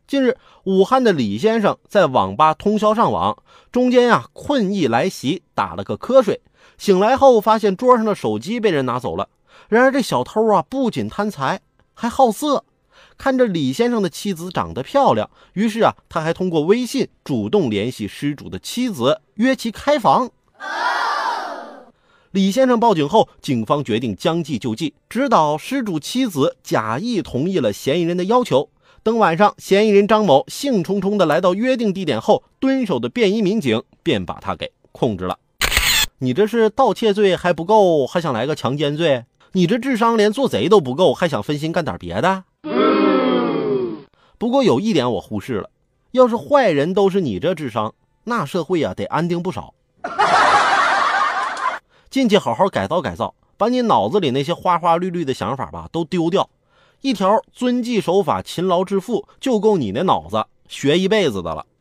近日，武汉的李先生在网吧通宵上网，中间困意来袭，打了个瞌睡，醒来后发现桌上的手机被人拿走了。然而这小偷不仅贪财，还好色。看着李先生的妻子长得漂亮，于是他还通过微信主动联系失主的妻子，约其开房。李先生报警后，警方决定将计就计，指导失主妻子假意同意了嫌疑人的要求。等晚上，嫌疑人张某兴冲冲地来到约定地点后，蹲守的便衣民警便把他给控制了。你这是盗窃罪还不够，还想来个强奸罪？你这智商连做贼都不够，还想分心干点别的？不过有一点我忽视了，要是坏人都是你这智商，那社会得安定不少。进去好好改造改造，把你脑子里那些花花绿绿的想法都丢掉。一条遵纪守法勤劳致富就够你那脑子学一辈子的了。